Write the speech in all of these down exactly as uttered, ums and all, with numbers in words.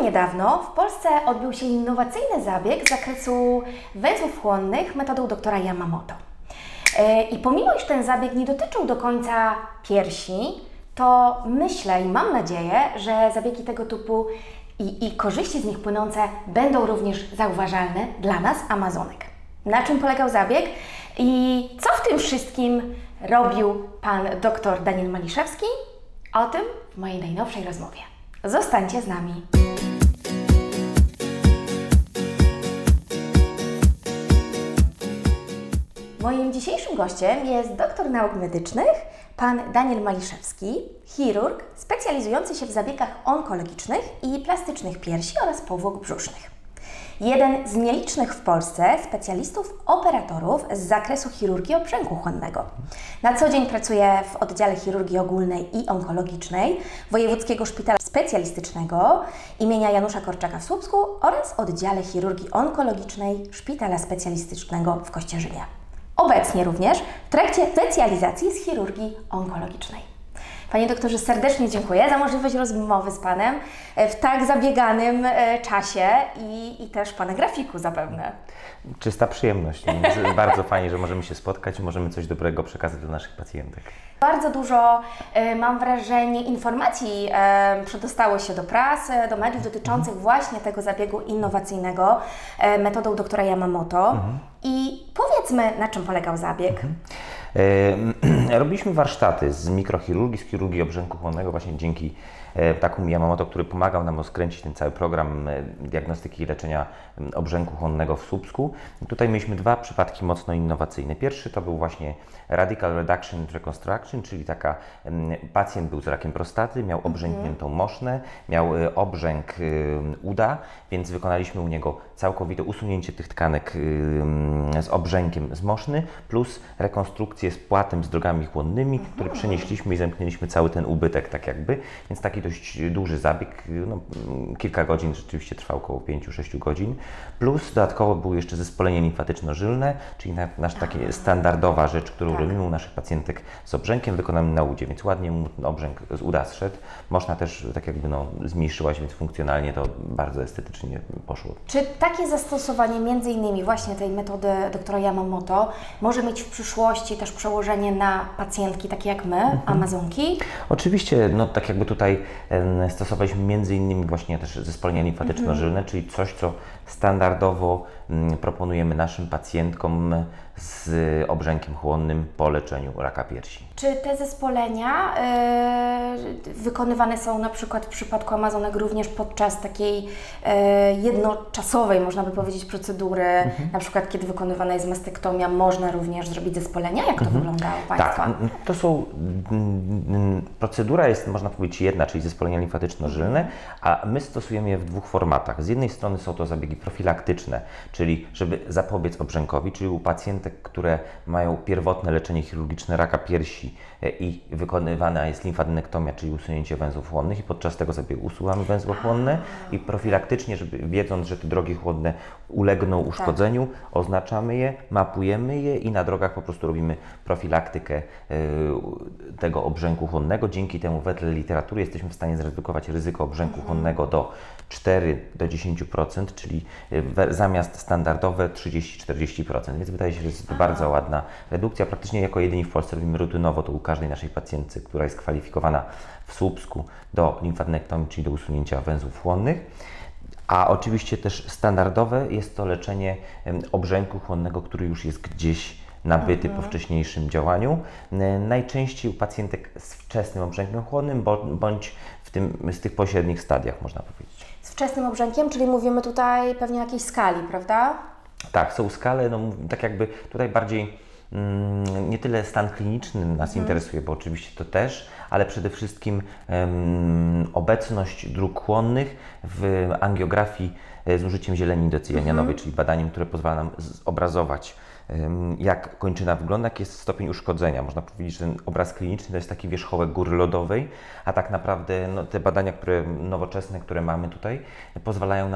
niedawno w Polsce odbył się innowacyjny zabieg z zakresu węzłów chłonnych metodą doktora Yamamoto. I pomimo, iż ten zabieg nie dotyczył do końca piersi, to myślę i mam nadzieję, że zabiegi tego typu i, i korzyści z nich płynące będą również zauważalne dla nas, Amazonek. Na czym polegał zabieg i co w tym wszystkim robił pan dr Daniel Maliszewski? O tym w mojej najnowszej rozmowie. Zostańcie z nami. Moim dzisiejszym gościem jest doktor nauk medycznych, pan Daniel Maliszewski, chirurg specjalizujący się w zabiegach onkologicznych i plastycznych piersi oraz powłok brzusznych. Jeden z nielicznych w Polsce specjalistów operatorów z zakresu chirurgii obrzęku chłonnego. Na co dzień pracuje w oddziale chirurgii ogólnej i onkologicznej Wojewódzkiego Szpitala Specjalistycznego imienia Janusza Korczaka w Słupsku oraz oddziale chirurgii onkologicznej Szpitala Specjalistycznego w Kościerzynie. Obecnie również w trakcie specjalizacji z chirurgii onkologicznej. Panie doktorze, serdecznie dziękuję za możliwość rozmowy z Panem w tak zabieganym czasie i, i też Pana grafiku zapewne. Czysta przyjemność. Bardzo fajnie, że możemy się spotkać i możemy coś dobrego przekazać dla naszych pacjentek. Bardzo dużo, mam wrażenie, informacji przedostało się do prasy, do mediów dotyczących mhm. właśnie tego zabiegu innowacyjnego metodą doktora Yamamoto. Mhm. I powiedzmy, na czym polegał zabieg. Mhm. Robiliśmy warsztaty z mikrochirurgii, z chirurgii obrzęku chłonnego właśnie dzięki takiemu Yamamoto, który pomagał nam rozkręcić ten cały program diagnostyki i leczenia obrzęku chłonnego w Słupsku. I tutaj mieliśmy dwa przypadki mocno innowacyjne. Pierwszy to był właśnie Radical Reduction and Reconstruction, czyli taka pacjent był z rakiem prostaty, miał obrzękniętą mosznę, miał obrzęk uda, więc wykonaliśmy u niego całkowite usunięcie tych tkanek z obrzękiem z moszny, plus rekonstrukcję z płatem, z drogami chłonnymi, który przenieśliśmy i zamknęliśmy cały ten ubytek tak jakby, więc taki dość duży zabieg, no, kilka godzin rzeczywiście trwał, około pięć do sześciu godzin, plus dodatkowo było jeszcze zespolenie limfatyczno-żylne, czyli nasz taka standardowa rzecz, którą tak. robimy u naszych pacjentek z obrzękiem, wykonamy na udzie, więc ładnie mu ten obrzęk z uda zszedł. Moszna też tak jakby no, zmniejszyła się, więc funkcjonalnie to bardzo estetycznie poszło. Czy takie zastosowanie między innymi właśnie tej metody doktora Yamamoto może mieć w przyszłości też przełożenie na pacjentki takie jak my, mhm. Amazonki? Oczywiście, no tak jakby tutaj e, stosowaliśmy między innymi właśnie też zespolenia limfatyczno-żylne, mhm. czyli coś, co standardowo m, proponujemy naszym pacjentkom z obrzękiem chłonnym po leczeniu raka piersi. Czy te zespolenia yy, wykonywane są na przykład w przypadku Amazonek również podczas takiej yy, jednoczasowej, można by powiedzieć, procedury, mhm. na przykład kiedy wykonywana jest mastektomia, można również zrobić zespolenia? Jak to mhm. wygląda u Państwa? Tak, to są, procedura jest, można powiedzieć, jedna, czyli zespolenia limfatyczno-żylne, a my stosujemy je w dwóch formatach. Z jednej strony są to zabiegi profilaktyczne, czyli żeby zapobiec obrzękowi, czyli u pacjentek, które mają pierwotne leczenie chirurgiczne raka piersi i wykonywana jest limfadenektomia, czyli usunięcie węzłów chłonnych i podczas tego zabiegu usuwamy węzły chłonne i profilaktycznie, żeby wiedząc, że te drogi chłonne ulegną uszkodzeniu, tak. oznaczamy je, mapujemy je i na drogach po prostu robimy profilaktykę y, tego obrzęku chłonnego. Dzięki temu wedle literatury jesteśmy w stanie zredukować ryzyko obrzęku mhm. chłonnego do cztery do dziesięciu procent, czyli w, zamiast standardowe trzydzieści do czterdziestu procent, więc wydaje się, że jest to bardzo ładna redukcja. Praktycznie jako jedyni w Polsce robimy rutynowo to u każdej naszej pacjentce, która jest kwalifikowana w Słupsku do limfadenektomii, czyli do usunięcia węzłów chłonnych. A oczywiście też standardowe jest to leczenie obrzęku chłonnego, który już jest gdzieś nabyty mhm. po wcześniejszym działaniu. Najczęściej u pacjentek z wczesnym obrzękiem chłonnym bądź w tym, z tych pośrednich stadiach, można powiedzieć. Z wczesnym obrzękiem, czyli mówimy tutaj pewnie o jakiejś skali, prawda? Tak, są skale, no tak jakby tutaj bardziej mm, nie tyle stan kliniczny nas mhm. interesuje, bo oczywiście to też, ale przede wszystkim um, obecność dróg chłonnych w angiografii z użyciem zieleni decyjanianowej, mhm. czyli badaniem, które pozwala nam zobrazować, um, jak kończyna wygląda, jaki jest stopień uszkodzenia. Można powiedzieć, że ten obraz kliniczny to jest taki wierzchołek góry lodowej, a tak naprawdę no, te badania, które nowoczesne, które mamy tutaj, pozwalają nam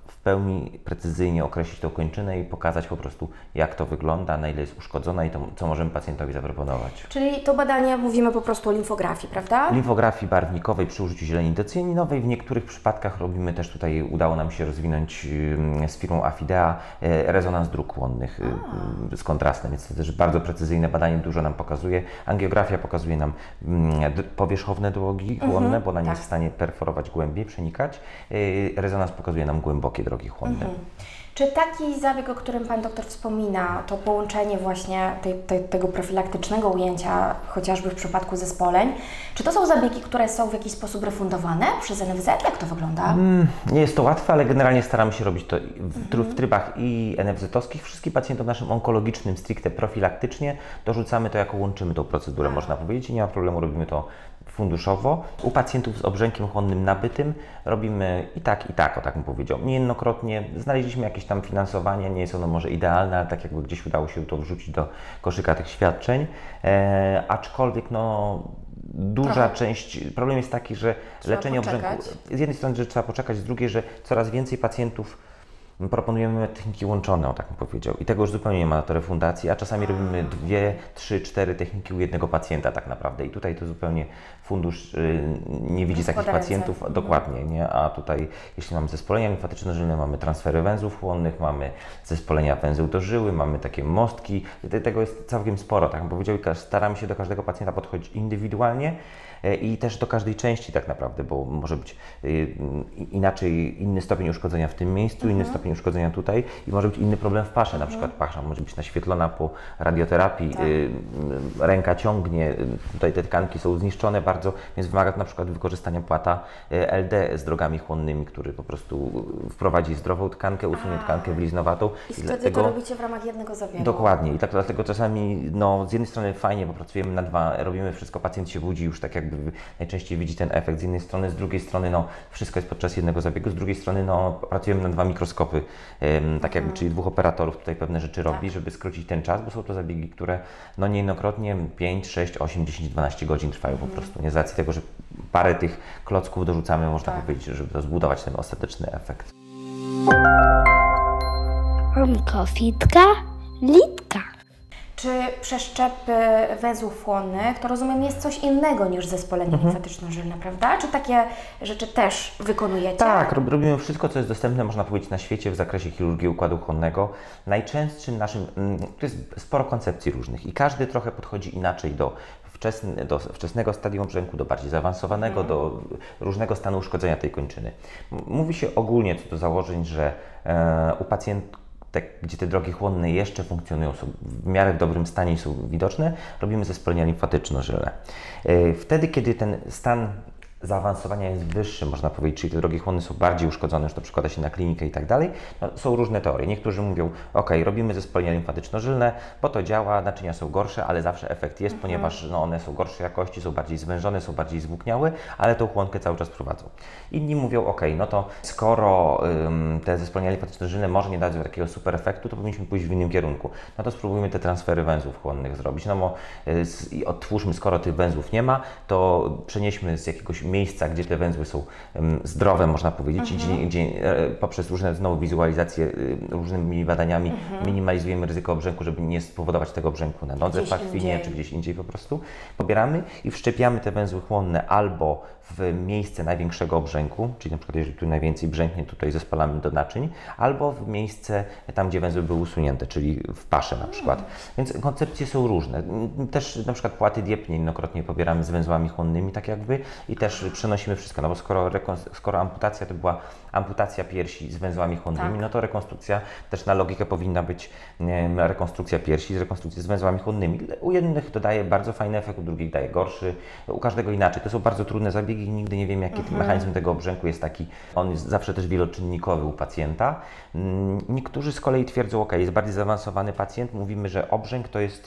w pełni precyzyjnie określić tą kończynę i pokazać po prostu, jak to wygląda, na ile jest uszkodzona i to, co możemy pacjentowi zaproponować. Czyli to badanie, mówimy po prostu o limfografii, prawda? Limfografii barwnikowej przy użyciu zieleni decyaninowej. W niektórych przypadkach robimy też tutaj, udało nam się rozwinąć z firmą Affidea rezonans dróg chłonnych A. z kontrastem, więc to też bardzo precyzyjne badanie, dużo nam pokazuje. Angiografia pokazuje nam powierzchowne drogi chłonne, mhm, bo ona nie tak. jest w stanie perforować głębiej, przenikać. Rezonans pokazuje nam głębokie drogi chłonne. Mhm. Czy taki zabieg, o którym Pan doktor wspomina, to połączenie właśnie tej, tej, tego profilaktycznego ujęcia, chociażby w przypadku zespoleń, czy to są zabiegi, które są w jakiś sposób refundowane przez N F Z? Jak to wygląda? Mm, nie jest to łatwe, ale generalnie staramy się robić to w, mhm. w trybach i N F Z-owskich. Wszystkich pacjentów naszym onkologicznym stricte profilaktycznie dorzucamy to, jako łączymy tą procedurę, A. można powiedzieć, i nie ma problemu, robimy to funduszowo. U pacjentów z obrzękiem chłonnym nabytym robimy i tak, i tak, o tak bym powiedział. Niejednokrotnie znaleźliśmy jakieś tam finansowanie, nie jest ono może idealne, ale tak jakby gdzieś udało się to wrzucić do koszyka tych świadczeń. E, aczkolwiek no duża Trochę. część, problem jest taki, że trzeba leczenie poczekać. obrzęku, z jednej strony, że trzeba poczekać, z drugiej, że coraz więcej pacjentów proponujemy techniki łączone, o tak bym powiedział. I tego już zupełnie nie ma na to refundacji, a czasami robimy dwie, trzy, cztery techniki u jednego pacjenta tak naprawdę. I tutaj to zupełnie fundusz y, nie widzi takich pacjentów. Mhm. Dokładnie, nie? A tutaj, jeśli mamy zespolenia limfatyczno-żylne, mamy transfery węzłów chłonnych, mamy zespolenia węzeł do żyły, mamy takie mostki. Tego jest całkiem sporo, tak bym powiedział. I staramy się do każdego pacjenta podchodzić indywidualnie. I też do każdej części tak naprawdę, bo może być inaczej, inny stopień uszkodzenia w tym miejscu, mhm. inny stopień uszkodzenia tutaj i może być inny problem w pasze, na przykład pasza może być naświetlona po radioterapii, tak. ręka ciągnie, tutaj te tkanki są zniszczone bardzo, więc wymaga na przykład wykorzystania płata L D z drogami chłonnymi, który po prostu wprowadzi zdrową tkankę, usunie A. tkankę bliznowatą. I wtedy dlatego, to robicie w ramach jednego zabiegu. Dokładnie i tak dlatego czasami, no z jednej strony fajnie, bo pracujemy na dwa, robimy wszystko, pacjent się budzi już tak jak najczęściej widzi ten efekt z jednej strony, z drugiej strony no, wszystko jest podczas jednego zabiegu, z drugiej strony no, pracujemy na dwa mikroskopy, ym, tak jakby, czyli dwóch operatorów tutaj pewne rzeczy robi, tak. żeby skrócić ten czas, bo są to zabiegi, które no, niejednokrotnie pięć, sześć, osiem, dziesięć, dwanaście godzin trwają mhm. po prostu, nie z racji tego, że parę tych klocków dorzucamy, można tak. powiedzieć, żeby to zbudować ten ostateczny efekt. Onkofitka, litka. Czy przeszczepy węzłów chłonnych, to rozumiem, jest coś innego niż zespolenie mhm. limfatyczno-żylne, prawda? Czy takie rzeczy też wykonujecie? Tak, robimy wszystko, co jest dostępne, można powiedzieć, na świecie w zakresie chirurgii układu chłonnego. Najczęstszym naszym, to jest sporo koncepcji różnych i każdy trochę podchodzi inaczej do, wczesny, do wczesnego stadium obrzęku, do bardziej zaawansowanego, mhm. do różnego stanu uszkodzenia tej kończyny. Mówi się ogólnie co do założeń, że e, u pacjentów, Te, gdzie te drogi chłonne jeszcze funkcjonują, są w miarę w dobrym stanie i są widoczne, robimy zespolenia limfatyczno-żylne. Wtedy, kiedy ten stan zaawansowania jest wyższy, można powiedzieć, czyli te drogi chłonne są bardziej uszkodzone, już to przekłada się na klinikę i tak dalej, no, są różne teorie. Niektórzy mówią, ok, robimy zespolenia limfatyczno-żylne, bo to działa, naczynia są gorsze, ale zawsze efekt jest, mhm. ponieważ no, one są gorszej jakości, są bardziej zwężone, są bardziej zwłókniałe, ale tą chłonkę cały czas prowadzą. Inni mówią, ok, no to skoro ym, te zespolenia limfatyczno-żylne może nie dadzą takiego super efektu, to powinniśmy pójść w innym kierunku. No to spróbujmy te transfery węzłów chłonnych zrobić. No bo y, odtwórzmy, skoro tych węzłów nie ma, to przenieśmy z jakiegoś miejsca, gdzie te węzły są um, zdrowe, można powiedzieć, mhm. gdzie, gdzie e, poprzez różne znowu wizualizacje, e, różnymi badaniami mhm. minimalizujemy ryzyko obrzęku, żeby nie spowodować tego obrzęku na nodze, w pachwinie czy gdzieś indziej po prostu. Pobieramy i wszczepiamy te węzły chłonne albo w miejsce największego obrzęku, czyli na przykład jeżeli tu najwięcej brzęknie, tutaj zespalamy do naczyń, albo w miejsce tam, gdzie węzły były usunięte, czyli w paszę na przykład. Mm. Więc koncepcje są różne. Też na przykład płaty diepnie jednokrotnie pobieramy z węzłami chłonnymi, tak jakby, i też przenosimy wszystko, no bo skoro, skoro amputacja to była amputacja piersi z węzłami chłonnymi, tak. no to rekonstrukcja też na logikę powinna być nie, rekonstrukcja piersi z rekonstrukcji z węzłami chłonnymi. U jednych to daje bardzo fajny efekt, u drugich daje gorszy, u każdego inaczej. To są bardzo trudne zabiegi i nigdy nie wiem, jaki mhm. mechanizm tego obrzęku jest taki. On jest zawsze też wieloczynnikowy u pacjenta. Niektórzy z kolei twierdzą, ok, jest bardziej zaawansowany pacjent, mówimy, że obrzęk to jest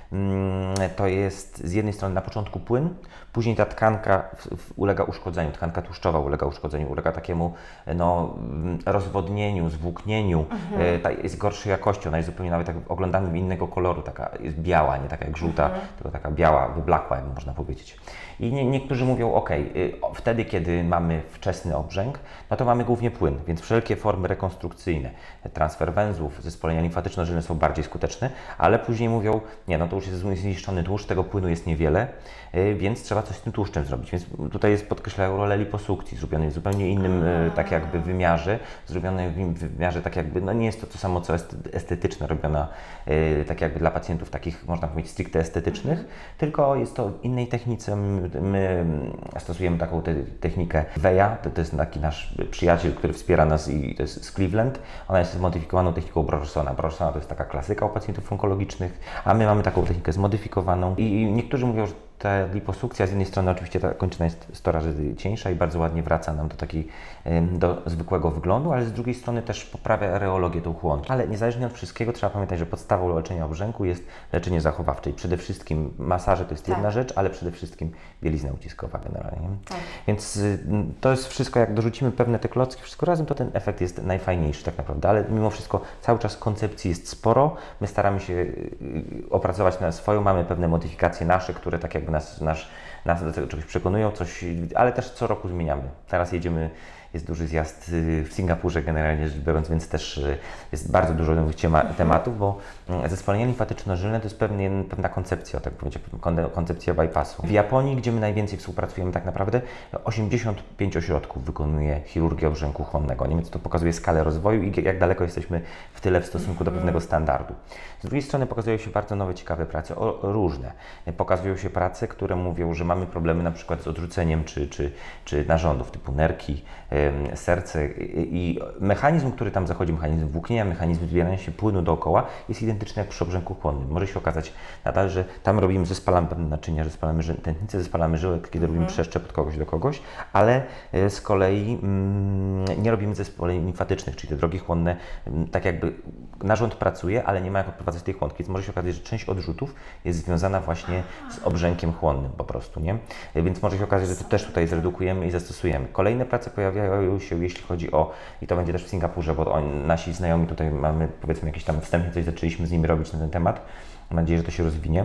to jest z jednej strony na początku płyn, później ta tkanka ulega uszkodzeniu, tkanka tłuszczowa ulega uszkodzeniu, ulega takiemu no, rozwodnieniu, zwłóknieniu, mhm. ta jest gorszej jakości, ona jest zupełnie nawet tak oglądamy innego koloru, taka jest biała, nie taka jak żółta, mhm. tylko taka biała, wyblakła, jakby można powiedzieć. I nie, niektórzy mówią, ok, wtedy kiedy mamy wczesny obrzęk, no to mamy głównie płyn, więc wszelkie formy rekonstrukcyjne, transfer węzłów, zespolenia limfatyczno-żylne są bardziej skuteczne, ale później mówią, nie, no to już jest zniszczony tłuszcz, tego płynu jest niewiele, więc trzeba coś z tym tłuszczem zrobić. Więc tutaj jest podkreślają rolę liposukcji, zrobionej w zupełnie innym tak jakby wymiarze, zrobionej w wymiarze tak jakby, no nie jest to to samo co estetyczne, robiona tak jakby dla pacjentów takich, można powiedzieć, stricte estetycznych, mhm. tylko jest to w innej technice. My stosujemy taką te, technikę Weja, to, to jest taki nasz przyjaciel, który wspiera nas i to jest z Cleveland. Ona jest zmodyfikowaną techniką Brogersona. Brogersona to jest taka klasyka u pacjentów onkologicznych, a my mamy taką technikę zmodyfikowaną i niektórzy mówią, że ta liposukcja z jednej strony oczywiście ta kończyna jest sto razy cieńsza i bardzo ładnie wraca nam do takiej, do zwykłego wyglądu, ale z drugiej strony też poprawia areologię tą chłonki. Ale niezależnie od wszystkiego trzeba pamiętać, że podstawą leczenia obrzęku jest leczenie zachowawcze i przede wszystkim masaże to jest tak. jedna rzecz, ale przede wszystkim bielizna uciskowa generalnie. Tak. Więc to jest wszystko, jak dorzucimy pewne te klocki, wszystko razem, to ten efekt jest najfajniejszy tak naprawdę, ale mimo wszystko cały czas koncepcji jest sporo, my staramy się opracować na swoją, mamy pewne modyfikacje nasze, które tak jak Nas, nas, nas do tego czegoś przekonują, coś, ale też co roku zmieniamy. Teraz jedziemy, jest duży zjazd w Singapurze generalnie rzecz biorąc, więc też jest bardzo dużo nowych tematów, bo zespolenie limfatyczno-żylne to jest pewnie, pewna koncepcja, tak powiedzieć, koncepcja bypassu. W Japonii, gdzie my najwięcej współpracujemy tak naprawdę, osiemdziesiąt pięć ośrodków wykonuje chirurgię obrzęku chłonnego, nie? Więc to pokazuje skalę rozwoju i jak daleko jesteśmy w tyle w stosunku do pewnego standardu. Z drugiej strony pokazują się bardzo nowe, ciekawe prace, o, różne. Pokazują się prace, które mówią, że mamy problemy na przykład z odrzuceniem czy, czy, czy narządów typu nerki, ym, serce i mechanizm, który tam zachodzi, mechanizm włóknienia, mechanizm zbierania się płynu dookoła jest identyczny jak przy obrzęku chłonnym. Może się okazać nadal, że tam robimy, zespalamy pewne naczynia, że spalamy tętnicę, zespalamy żyłek, kiedy robimy przeszczep od kogoś do kogoś, ale y, z kolei mm, nie robimy zespoleń limfatycznych, czyli te drogi chłonne, y, tak jakby narząd pracuje, ale nie ma jak odprowadzać tej chłonki, więc może się okazać, że część odrzutów jest związana właśnie z obrzękiem chłonnym po prostu, nie? Więc może się okazać, że to też tutaj zredukujemy i zastosujemy. Kolejne prace pojawiają się, jeśli chodzi o, i to będzie też w Singapurze, bo oni, nasi znajomi tutaj mamy, powiedzmy, jakieś tam wstępnie coś zaczęliśmy z nimi robić na ten temat. Mam nadzieję, że to się rozwinie.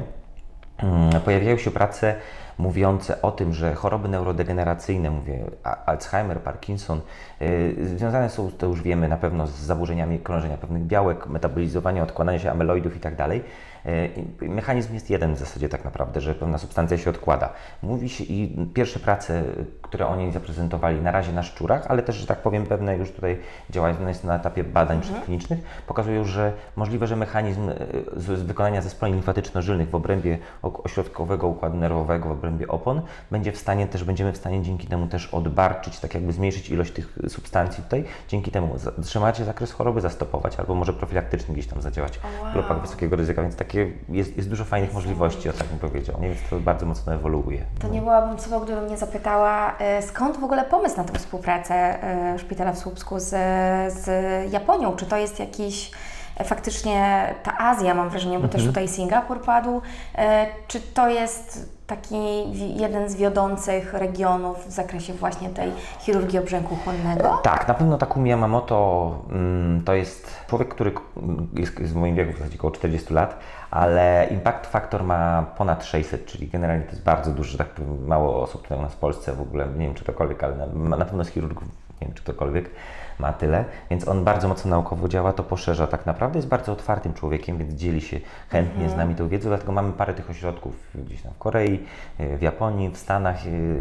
Pojawiają się prace mówiące o tym, że choroby neurodegeneracyjne, mówię Alzheimer, Parkinson, yy, związane są, to już wiemy na pewno, z zaburzeniami krążenia pewnych białek, metabolizowania, odkładania się amyloidów i tak dalej. Yy, mechanizm jest jeden w zasadzie tak naprawdę, że pewna substancja się odkłada. Mówi się i pierwsze prace, które oni zaprezentowali na razie na szczurach, ale też, że tak powiem, pewne już tutaj działają, jest na etapie badań mhm. przedklinicznych, pokazują, że możliwe, że mechanizm z, z wykonania zespoleń limfatyczno-żylnych w obrębie ośrodkowego układu nerwowego, w obrębie opon, będzie w stanie też, będziemy w stanie dzięki temu też odbarczyć, tak jakby zmniejszyć ilość tych substancji tutaj, dzięki temu zatrzymać zakres choroby, zastopować, albo może profilaktycznie gdzieś tam zadziałać wow. w grupach wysokiego ryzyka, więc takie jest, jest dużo fajnych możliwości, o tak bym powiedział, nie? Więc to bardzo mocno ewoluuje. To nie byłabym sobą, gdybym nie zapytała, skąd w ogóle pomysł na tę współpracę Szpitala w Słupsku z, z Japonią? Czy to jest jakiś faktycznie ta Azja, mam wrażenie, bo mhm. też tutaj Singapur padł, czy to jest taki jeden z wiodących regionów w zakresie właśnie tej chirurgii obrzęku chłonnego? Tak, na pewno Takumi Yamamoto to jest człowiek, który jest, jest w moim wieku w zasadzie około czterdziestu lat, ale impact factor ma ponad sześćset, czyli generalnie to jest bardzo dużo, że tak powiem, mało osób tutaj u nas w Polsce w ogóle, nie wiem czy ktokolwiek, ale na, na pewno z chirurgów, nie wiem czy ktokolwiek ma tyle, więc on bardzo mocno naukowo działa, to poszerza tak naprawdę, jest bardzo otwartym człowiekiem, więc dzieli się chętnie mm-hmm. z nami tą wiedzą, dlatego mamy parę tych ośrodków gdzieś tam w Korei, w Japonii, w Stanach,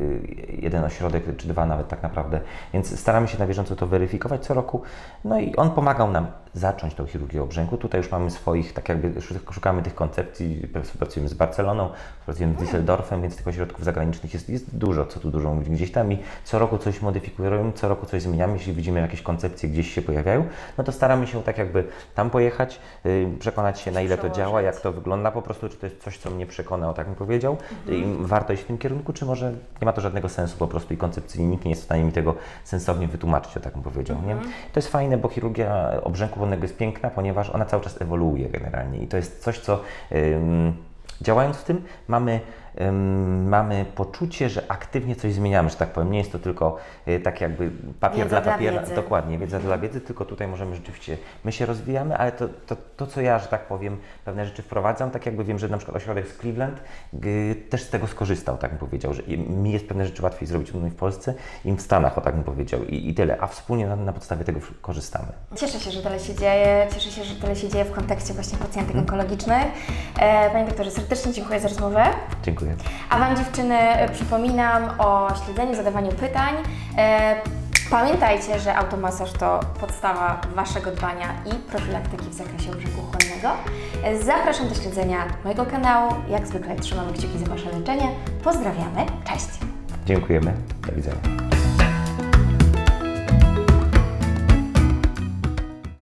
jeden ośrodek, czy dwa nawet tak naprawdę, więc staramy się na bieżąco to weryfikować co roku, no i on pomagał nam zacząć tą chirurgię obrzęku, tutaj już mamy swoich, tak jakby szukamy tych koncepcji, współpracujemy z Barceloną, współpracujemy z Düsseldorfem, więc tych ośrodków zagranicznych jest, jest dużo, co tu dużo mówić gdzieś tam i co roku coś modyfikujemy, co roku coś zmieniamy, jeśli widzimy jakieś koncepcje gdzieś się pojawiają, no to staramy się tak jakby tam pojechać, yy, przekonać się, na ile to działa, jak to wygląda po prostu, czy to jest coś, co mnie przekona, tak bym powiedział, mhm. i warto iść w tym kierunku, czy może nie ma to żadnego sensu po prostu i koncepcyjnie nikt nie jest w stanie mi tego sensownie wytłumaczyć, o tak bym powiedział, mhm. nie? To jest fajne, bo chirurgia obrzęku chłonnego jest piękna, ponieważ ona cały czas ewoluuje generalnie i to jest coś, co yy, działając w tym, mamy, ym, mamy poczucie, że aktywnie coś zmieniamy, że tak powiem. Nie jest to tylko y, tak jakby papier Wiedza dla dla papiera, wiedzy. dokładnie, wiedza dla wiedzy, tylko tutaj możemy rzeczywiście, my się rozwijamy, ale to, to, to, co ja, że tak powiem, pewne rzeczy wprowadzam, tak jakby wiem, że na przykład ośrodek z Cleveland y, też z tego skorzystał, tak bym powiedział, że mi jest pewne rzeczy łatwiej zrobić w Polsce, im w Stanach, o tak bym powiedział, i, i tyle, a wspólnie na, na podstawie tego korzystamy. Cieszę się, że tyle się dzieje, cieszę się, że tyle się dzieje w kontekście właśnie pacjentek onkologicznych. E, Panie doktorze, serdecznie dziękuję za rozmowę. Dziękuję. A Wam, dziewczyny, przypominam o śledzeniu, zadawaniu pytań. E, Pamiętajcie, że automasaż to podstawa Waszego dbania i profilaktyki w zakresie obrzęku chłonnego. E, Zapraszam do śledzenia mojego kanału. Jak zwykle trzymamy kciuki za Wasze leczenie. Pozdrawiamy. Cześć! Dziękujemy. Do widzenia.